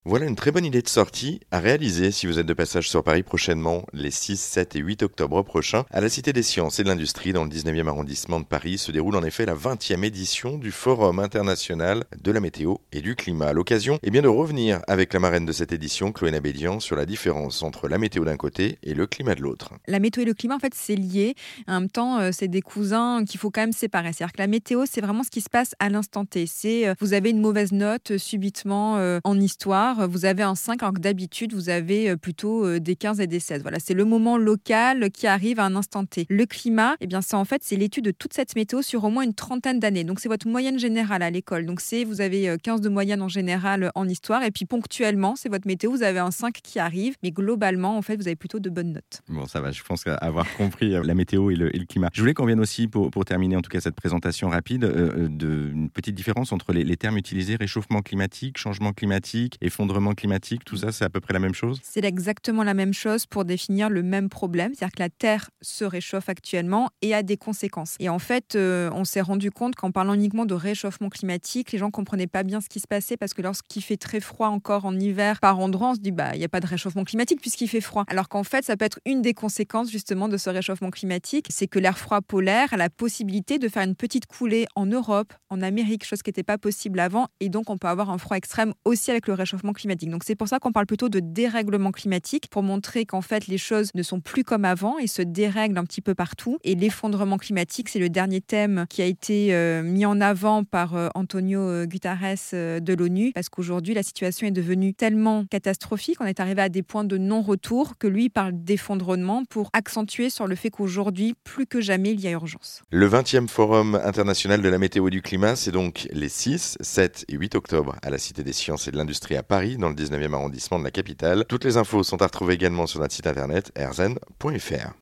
Voilà une très bonne idée de sortie à réaliser si vous êtes de passage sur Paris prochainement, les 6, 7 et 8 octobre prochains. À la Cité des Sciences et de l'Industrie, dans le 19e arrondissement de Paris, se déroule en effet la 20e édition du Forum international de la météo et du climat. À l'occasion, de revenir avec la marraine de cette édition, Chloé Nabédian, sur la différence entre la météo d'un côté et le climat de l'autre. La météo et le climat, en fait, c'est lié. En même temps, c'est des cousins qu'il faut quand même séparer. C'est-à-dire que la météo, c'est vraiment ce qui se passe à l'instant T. Vous avez une mauvaise note subitement en histoire, vous avez un 5, alors que d'habitude, vous avez plutôt des 15 et des 16. Voilà, c'est le moment local qui arrive à un instant T. Le climat, c'est l'étude de toute cette météo sur au moins une trentaine d'années. Donc, c'est votre moyenne générale à l'école. Donc, vous avez 15 de moyenne en général en histoire. Et puis, ponctuellement, c'est votre météo, vous avez un 5 qui arrive. Mais globalement, en fait, vous avez plutôt de bonnes notes. Bon, ça va, je pense avoir compris la météo et le climat. Je voulais qu'on vienne aussi, pour terminer en tout cas cette présentation rapide, d'une petite différence entre les termes utilisés, réchauffement climatique, changement climatique, effondrement climatique, tout ça, c'est à peu près la même chose ? C'est exactement la même chose pour définir le même problème, c'est-à-dire que la Terre se réchauffe actuellement et a des conséquences. Et en fait, on s'est rendu compte qu'en parlant uniquement de réchauffement climatique, les gens ne comprenaient pas bien ce qui se passait parce que lorsqu'il fait très froid encore en hiver par endroit, on se dit il n'y a pas de réchauffement climatique puisqu'il fait froid. Alors qu'en fait, ça peut être une des conséquences justement de ce réchauffement climatique, c'est que l'air froid polaire a la possibilité de faire une petite coulée en Europe, en Amérique, chose qui n'était pas possible avant, et donc on peut avoir un froid extrême aussi avec le réchauffement climatique. Donc c'est pour ça qu'on parle plutôt de dérèglement climatique, pour montrer qu'en fait les choses ne sont plus comme avant et se dérèglent un petit peu partout. Et l'effondrement climatique, c'est le dernier thème qui a été mis en avant par Antonio Guterres de l'ONU, parce qu'aujourd'hui la situation est devenue tellement catastrophique, on est arrivé à des points de non-retour, que lui parle d'effondrement pour accentuer sur le fait qu'aujourd'hui, plus que jamais, il y a urgence. Le 20e Forum international de la météo et du climat, c'est donc les 6, 7 et 8 octobre à la Cité des Sciences et de l'Industrie à Paris, dans le 19e arrondissement de la capitale. Toutes les infos sont à retrouver également sur notre site internet rzn.fr.